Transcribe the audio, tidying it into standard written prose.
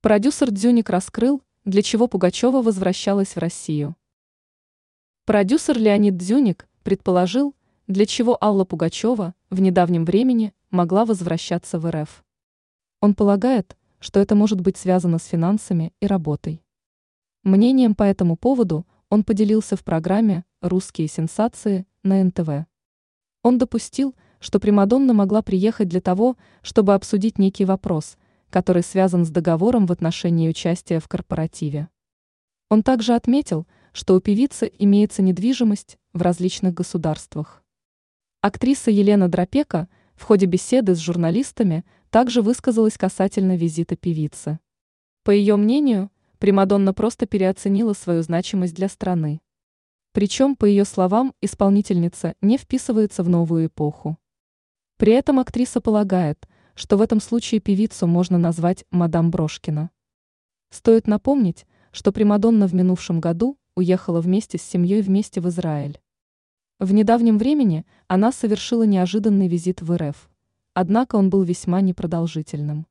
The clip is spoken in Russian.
Продюсер Дзюник раскрыл, для чего Пугачева возвращалась в Россию. Продюсер Леонид Дзюник предположил, для чего Алла Пугачева в недавнем времени могла возвращаться в РФ. Он полагает, что это может быть связано с финансами и работой. Мнением по этому поводу он поделился в программе «Русские сенсации» на НТВ. Он допустил, что примадонна могла приехать для того, чтобы обсудить некий вопрос, который связан с договором в отношении участия в корпоративе. Он также отметил, что у певицы имеется недвижимость в различных государствах. Актриса Елена Драпека в ходе беседы с журналистами также высказалась касательно визита певицы. По ее мнению, примадонна просто переоценила свою значимость для страны. Причем, по ее словам, исполнительница не вписывается в новую эпоху. При этом актриса полагает, что в этом случае певицу можно назвать мадам Брошкина. Стоит напомнить, что примадонна в минувшем году уехала вместе с семьей в Израиль. В недавнем времени она совершила неожиданный визит в РФ, однако он был весьма непродолжительным.